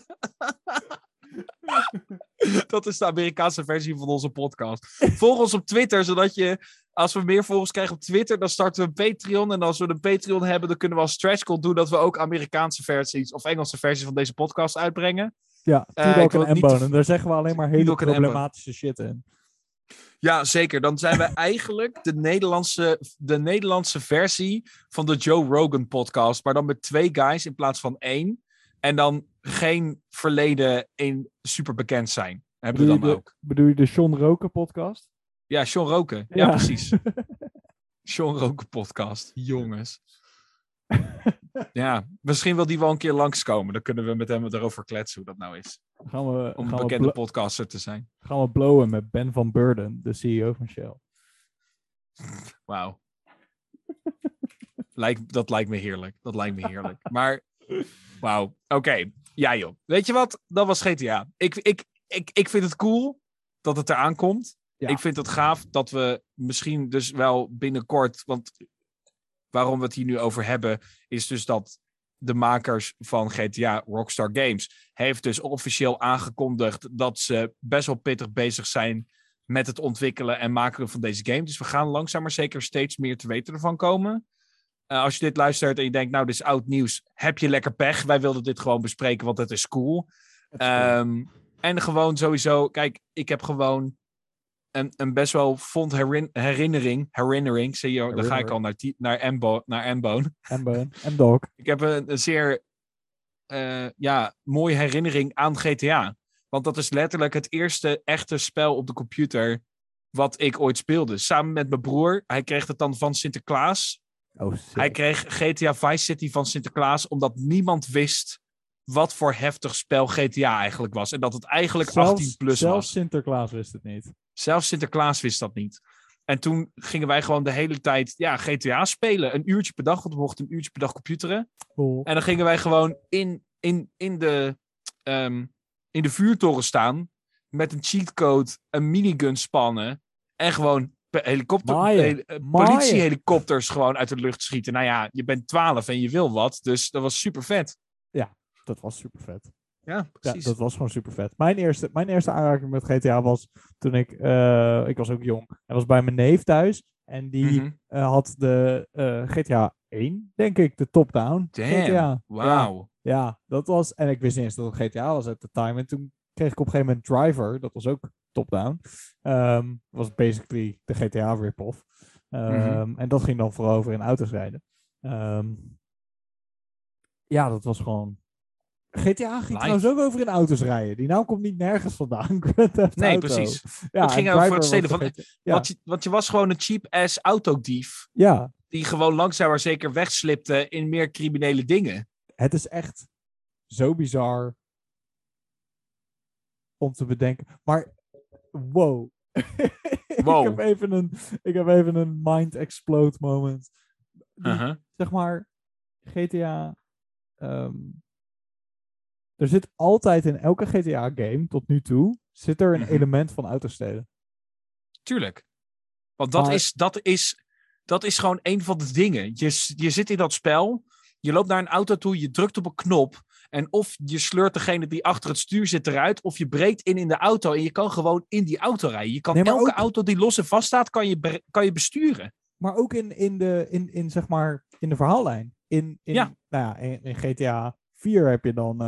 Dat is de Amerikaanse versie van onze podcast. Volg ons op Twitter, zodat je, als we meer volgers krijgen op Twitter, dan starten we een Patreon. En als we een Patreon hebben, dan kunnen we als stretch goal doen dat we ook Amerikaanse versies of Engelse versies van deze podcast uitbrengen. Ja, T-Dog en M-Bone. En daar zeggen we alleen maar hele problematische shit in. Ja, zeker. Dan zijn we eigenlijk de Nederlandse versie van de Joe Rogan podcast. Maar dan met 2 guys in plaats van 1. En dan geen verleden in super bekend zijn. Hebben we dan ook. Bedoel je de Sean Roken podcast? Ja, Sean Roken. Ja, precies. Sean Roken podcast. Jongens. Ja, misschien wil die wel een keer langskomen. Dan kunnen we met hem erover kletsen hoe dat nou is. Om een bekende podcaster te zijn. Gaan we blowen met Ben van Beurden, de CEO van Shell. Wauw. Dat lijkt me heerlijk. Maar, wauw. Oké. Ja joh. Weet je wat? Dat was GTA. Ik vind het cool dat het eraan komt. Ja. Ik vind het gaaf dat we misschien dus wel binnenkort... Want waarom we het hier nu over hebben, is dus dat de makers van GTA, Rockstar Games, heeft dus officieel aangekondigd dat ze best wel pittig bezig zijn met het ontwikkelen en maken van deze game. Dus we gaan langzaam maar zeker steeds meer te weten ervan komen. Als je dit luistert en je denkt, nou, dit is oud nieuws, heb je lekker pech. Wij wilden dit gewoon bespreken, want het is cool. En gewoon sowieso, kijk, ik heb gewoon een best wel fond herinnering. Zie je, dan ga ik al naar M-Bone. M-Dog. Ik heb een zeer mooie herinnering aan GTA. Want dat is letterlijk het eerste echte spel op de computer wat ik ooit speelde. Samen met mijn broer. Hij kreeg het dan van Sinterklaas. Oh, hij kreeg GTA Vice City van Sinterklaas, omdat niemand wist wat voor heftig spel GTA eigenlijk was. En dat het eigenlijk 18 plus was. Zelfs Sinterklaas wist het niet. Zelfs Sinterklaas wist dat niet. En toen gingen wij gewoon de hele tijd GTA spelen. Een uurtje per dag, want we mochten een uurtje per dag computeren. Cool. En dan gingen wij gewoon in de vuurtoren staan, met een cheatcode, een minigun spannen en gewoon politiehelikopters gewoon uit de lucht schieten. Nou ja, je bent 12 en je wil wat, dus dat was super vet. Ja, dat was super vet. Ja, precies. Ja, dat was gewoon super vet. Mijn eerste aanraking met GTA was toen ik was ook jong. Hij was bij mijn neef thuis. En die had de GTA 1, denk ik, de top-down. Damn, GTA. wauw. Ja, dat was... En ik wist niet eens dat het GTA was at the time. En toen kreeg ik op een gegeven moment Driver. Dat was ook top-down. Was basically de GTA rip-off. En dat ging dan vooral over in auto's rijden. Ja, dat was gewoon... GTA ging trouwens ook over in auto's rijden. Die naam komt niet nergens vandaan. Nee, precies. Ja, het ging over het steden van... Want je was gewoon een cheap-ass autodief. Ja. Die gewoon langzaam maar zeker wegslipte in meer criminele dingen. Het is echt zo bizar om te bedenken. Maar, wow. Ik heb even een mind explode moment. Zeg maar, GTA... er zit altijd in elke GTA-game, tot nu toe, zit er een element van autostelen. Tuurlijk. Want dat is gewoon een van de dingen. Je zit in dat spel, je loopt naar een auto toe, je drukt op een knop en of je sleurt degene die achter het stuur zit eruit, of je breekt in de auto en je kan gewoon in die auto rijden. Je kan elke auto die los en vast staat, kan je besturen. Maar ook in de verhaallijn. In GTA 4 heb je dan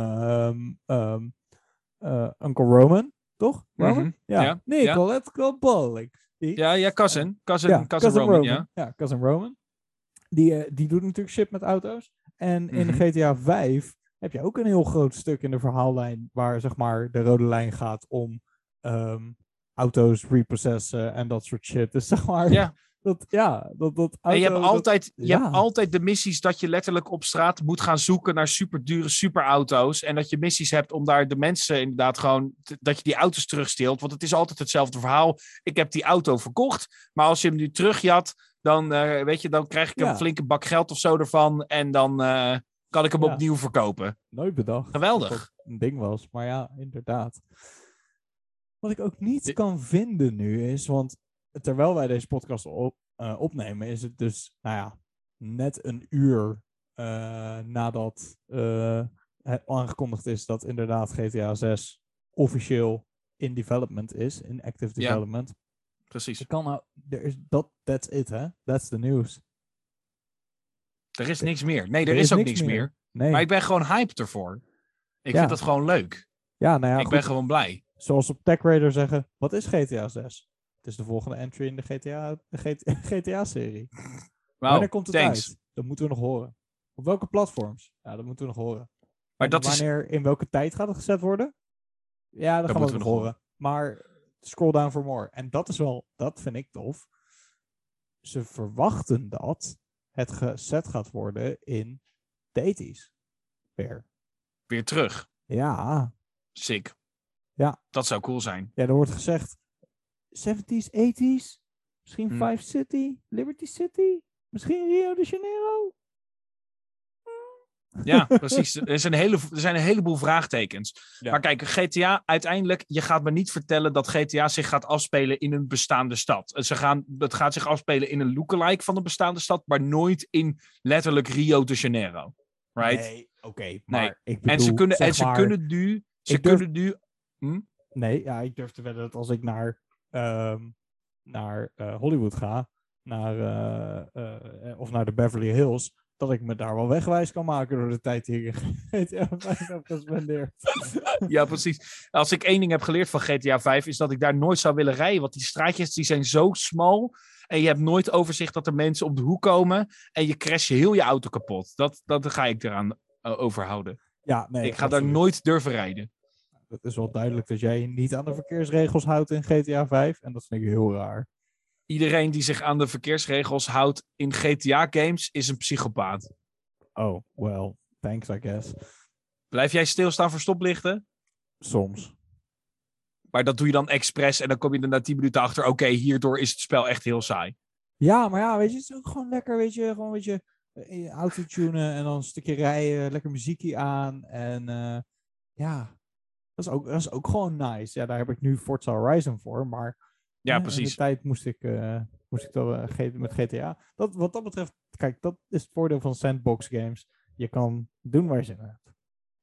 Uncle Roman, toch? Roman? Ja. Nicolette Bolling. Cousin Roman. Ja, Cousin Roman. Die doet natuurlijk shit met auto's. En in GTA 5 heb je ook een heel groot stuk in de verhaallijn waar zeg maar de rode lijn gaat om auto's repossession en dat soort shit. Dus zeg maar, dat En je hebt auto... altijd, je ja. hebt altijd de missies dat je letterlijk op straat moet gaan zoeken naar superdure superauto's. En dat je missies hebt om daar de mensen inderdaad gewoon... dat je die auto's terugsteelt. Want het is altijd hetzelfde verhaal. Ik heb die auto verkocht. Maar als je hem nu terugjat, dan, dan krijg ik een flinke bak geld of zo ervan. En dan kan ik hem opnieuw verkopen. Nooit bedacht. Geweldig. Dat dat een ding was. Maar ja, inderdaad. Wat ik ook niet kan vinden nu is... Want terwijl wij deze podcast opnemen... is het dus, net een uur nadat het aangekondigd is... dat inderdaad GTA 6 officieel in development is. In active development. Ja, precies. That's it, hè? That's the news. Er is niks meer. Nee, er is ook niks meer. Nee. Maar ik ben gewoon hyped ervoor. Ik vind dat gewoon leuk. Ja, ik ben gewoon blij. Zoals op TechRadar zeggen, wat is GTA 6? Het is de volgende entry in de GTA-serie. Wanneer komt het uit? Dat moeten we nog horen. Op welke platforms? Ja, dat moeten we nog horen. Maar in welke tijd gaat het gezet worden? Ja, dat gaan we nog horen. Maar scroll down for more. En dat vind ik tof. Ze verwachten dat het gezet gaat worden in de 80's. Weer terug. Ja. Sick. Ja. Dat zou cool zijn. Ja, er wordt gezegd 70's, 80's. Misschien Vice City, Liberty City. Misschien Rio de Janeiro. Ja, precies. Er zijn een heleboel vraagtekens. Ja. Maar kijk, GTA, uiteindelijk, je gaat me niet vertellen dat GTA zich gaat afspelen in een bestaande stad. Het gaat zich afspelen in een lookalike van een bestaande stad, maar nooit in letterlijk Rio de Janeiro. Right? Nee, oké. Maar nee. Ik bedoel, en ze kunnen nu... Nee, ja, ik durf te wedden dat als ik naar Hollywood ga, of naar de Beverly Hills, dat ik me daar wel wegwijs kan maken door de tijd die ik GTA 5 heb gespendeerd. Ja, precies. Als ik één ding heb geleerd van GTA 5, is dat ik daar nooit zou willen rijden. Want die straatjes die zijn zo smal. En je hebt nooit overzicht dat er mensen op de hoek komen. En je crasht heel je auto kapot. Dat ga ik eraan overhouden. Ja, nee, ik ga daar nooit durven rijden. Het is wel duidelijk dat jij je niet aan de verkeersregels houdt in GTA 5. En dat vind ik heel raar. Iedereen die zich aan de verkeersregels houdt in GTA-games is een psychopaat. Oh, well, thanks, I guess. Blijf jij stilstaan voor stoplichten? Soms. Maar dat doe je dan expres en dan kom je er na 10 minuten achter. Oké, hierdoor is het spel echt heel saai. Ja, maar ja, weet je, het is ook gewoon lekker, weet je, gewoon een beetje autotunen en dan een stukje rijden, lekker muziekje aan. En ja, dat is ook gewoon nice. Ja, daar heb ik nu Forza Horizon voor, maar ja, precies. In de tijd moest ik dat met GTA. Wat dat betreft, kijk, dat is het voordeel van sandbox games. Je kan doen waar je zin in hebt.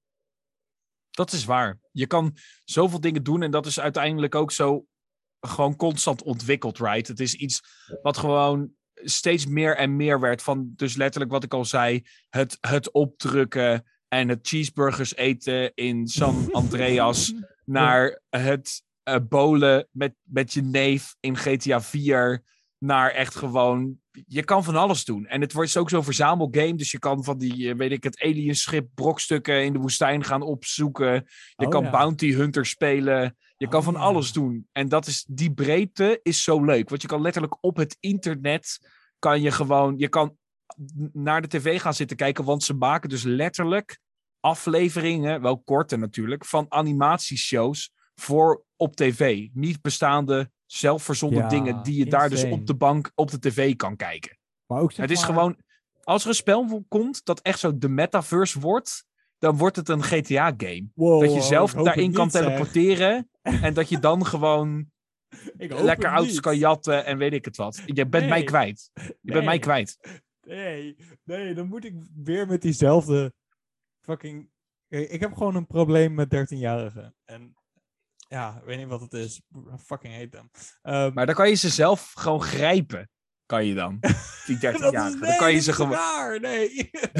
Dat is waar. Je kan zoveel dingen doen en dat is uiteindelijk ook zo gewoon constant ontwikkeld, right? Het is iets wat gewoon steeds meer en meer werd van, dus letterlijk wat ik al zei, het opdrukken en het cheeseburgers eten in San Andreas naar het bowlen met je neef in GTA 4 naar echt gewoon... Je kan van alles doen. En het wordt ook zo'n verzamelgame. Dus je kan van die, het alienschip brokstukken in de woestijn gaan opzoeken. Je kan Bounty Hunter spelen. Je kan van alles doen. En die breedte is zo leuk. Want je kan letterlijk op het internet je kan naar de tv gaan zitten kijken. Want ze maken dus letterlijk afleveringen, wel korte natuurlijk, van animatieshows voor op tv. Niet bestaande zelfverzonnen dingen die je daar dus op de bank op de tv kan kijken. Maar ook het is gewoon, als er een spel komt dat echt zo de metaverse wordt, dan wordt het een GTA-game. Wow, dat je zelf daarin kan teleporteren en dat je dan gewoon lekker auto's kan jatten en weet ik het wat. Je bent mij kwijt. Je bent mij kwijt. Nee, dan moet ik weer met diezelfde fucking... Ik heb gewoon een probleem met 13-jarigen. En ja, ik weet niet wat het is. I fucking hate them. Maar dan kan je ze zelf gewoon grijpen. Kan je dan? Die 13-jarigen. Dan kan je ze gewoon... Raar, nee.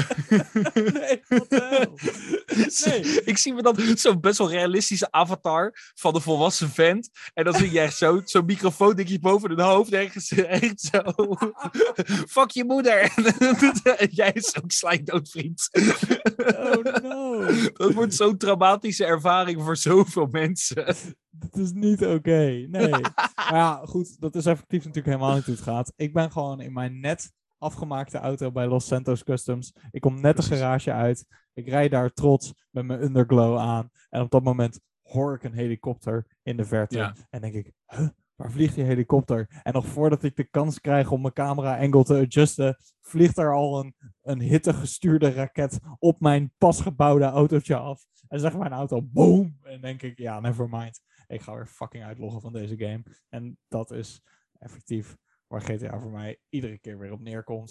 Nee, wat de hel. Nee. Ik zie me dan zo'n best wel realistische avatar van de volwassen vent. En dan zie je echt zo'n microfoon dingetje boven hun hoofd. Ergens echt zo... Fuck je moeder. En jij is ook slijkdood, vriend. Oh no. Dat wordt zo'n traumatische ervaring voor zoveel mensen. Dat is niet oké. Nee. Maar ja, goed, dat is effectief natuurlijk helemaal niet hoe het gaat. Ik ben gewoon in mijn net afgemaakte auto bij Los Santos Customs. Ik kom net de garage uit. Ik rijd daar trots met mijn underglow aan. En op dat moment hoor ik een helikopter in de verte. Ja. En denk ik, waar vliegt die helikopter? En nog voordat ik de kans krijg om mijn camera angle te adjusten, vliegt er al een hittegestuurde raket op mijn pas gebouwde autootje af. En zegt mijn auto, boom! En denk ik, ja, never mind. Ik ga weer fucking uitloggen van deze game. En dat is effectief waar GTA voor mij iedere keer weer op neerkomt.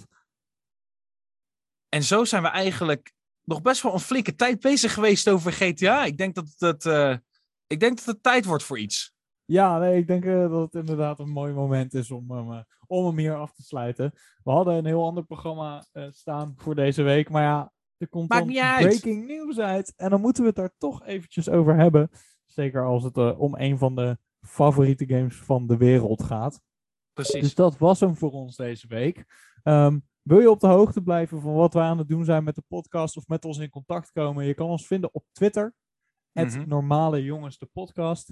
En zo zijn we eigenlijk nog best wel een flinke tijd bezig geweest over GTA. Ik denk dat het tijd wordt voor iets. Ja, nee, ik denk dat het inderdaad een mooi moment is om hem hier af te sluiten. We hadden een heel ander programma staan voor deze week. Maar ja, er komt Maakt dan niet uit. breaking news uit. En dan moeten we het daar toch eventjes over hebben. Zeker als het om een van de favoriete games van de wereld gaat. Precies. Dus dat was hem voor ons deze week. Wil je op de hoogte blijven van wat we aan het doen zijn met de podcast of met ons in contact komen? Je kan ons vinden op Twitter. Normale Jongens de podcast.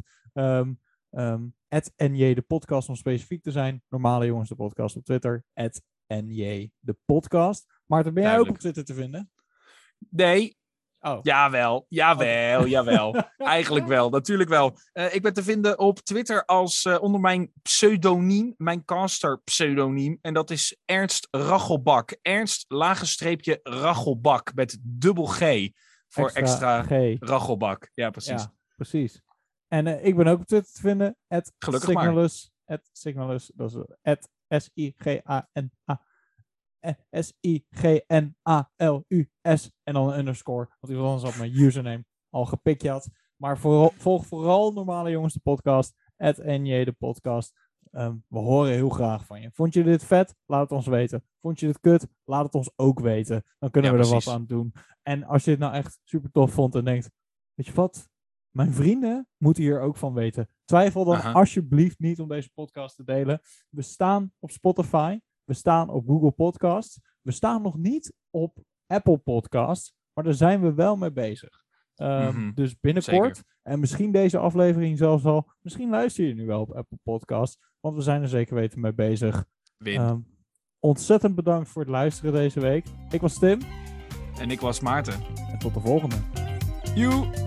@NJ de podcast om specifiek te zijn. Normale Jongens de podcast op Twitter. @NJ de podcast. Maarten, ben jij ook op Twitter te vinden? Nee. Oh. Jawel. Eigenlijk wel, natuurlijk wel. Ik ben te vinden op Twitter als onder mijn pseudoniem, mijn caster pseudoniem. En dat is Ernst Rachelbak. Ernst _, Rachelbak met dubbel G. Voor extra G. Rachelbak. Ja, precies. Ja, precies. En ik ben ook op Twitter te vinden. Gelukkig Signalus. Signalus. Dat is SIGNALUS. En dan een underscore. Want iemand anders had mijn username al gepikt had. Maar volg vooral Normale Jongens de podcast. @NJ de podcast. We horen heel graag van je. Vond je dit vet? Laat het ons weten. Vond je dit kut? Laat het ons ook weten. Dan kunnen we er wat aan doen. En als je dit nou echt super tof vond en denkt, weet je wat? Mijn vrienden moeten hier ook van weten. Twijfel dan alsjeblieft niet om deze podcast te delen. We staan op Spotify. We staan op Google Podcasts. We staan nog niet op Apple Podcasts. Maar daar zijn we wel mee bezig. Dus binnenkort. Zeker. En misschien deze aflevering zelfs al. Misschien luister je nu wel op Apple Podcasts. Want we zijn er zeker weten mee bezig. Ontzettend bedankt voor het luisteren deze week. Ik was Tim. En ik was Maarten. En tot de volgende. Joe!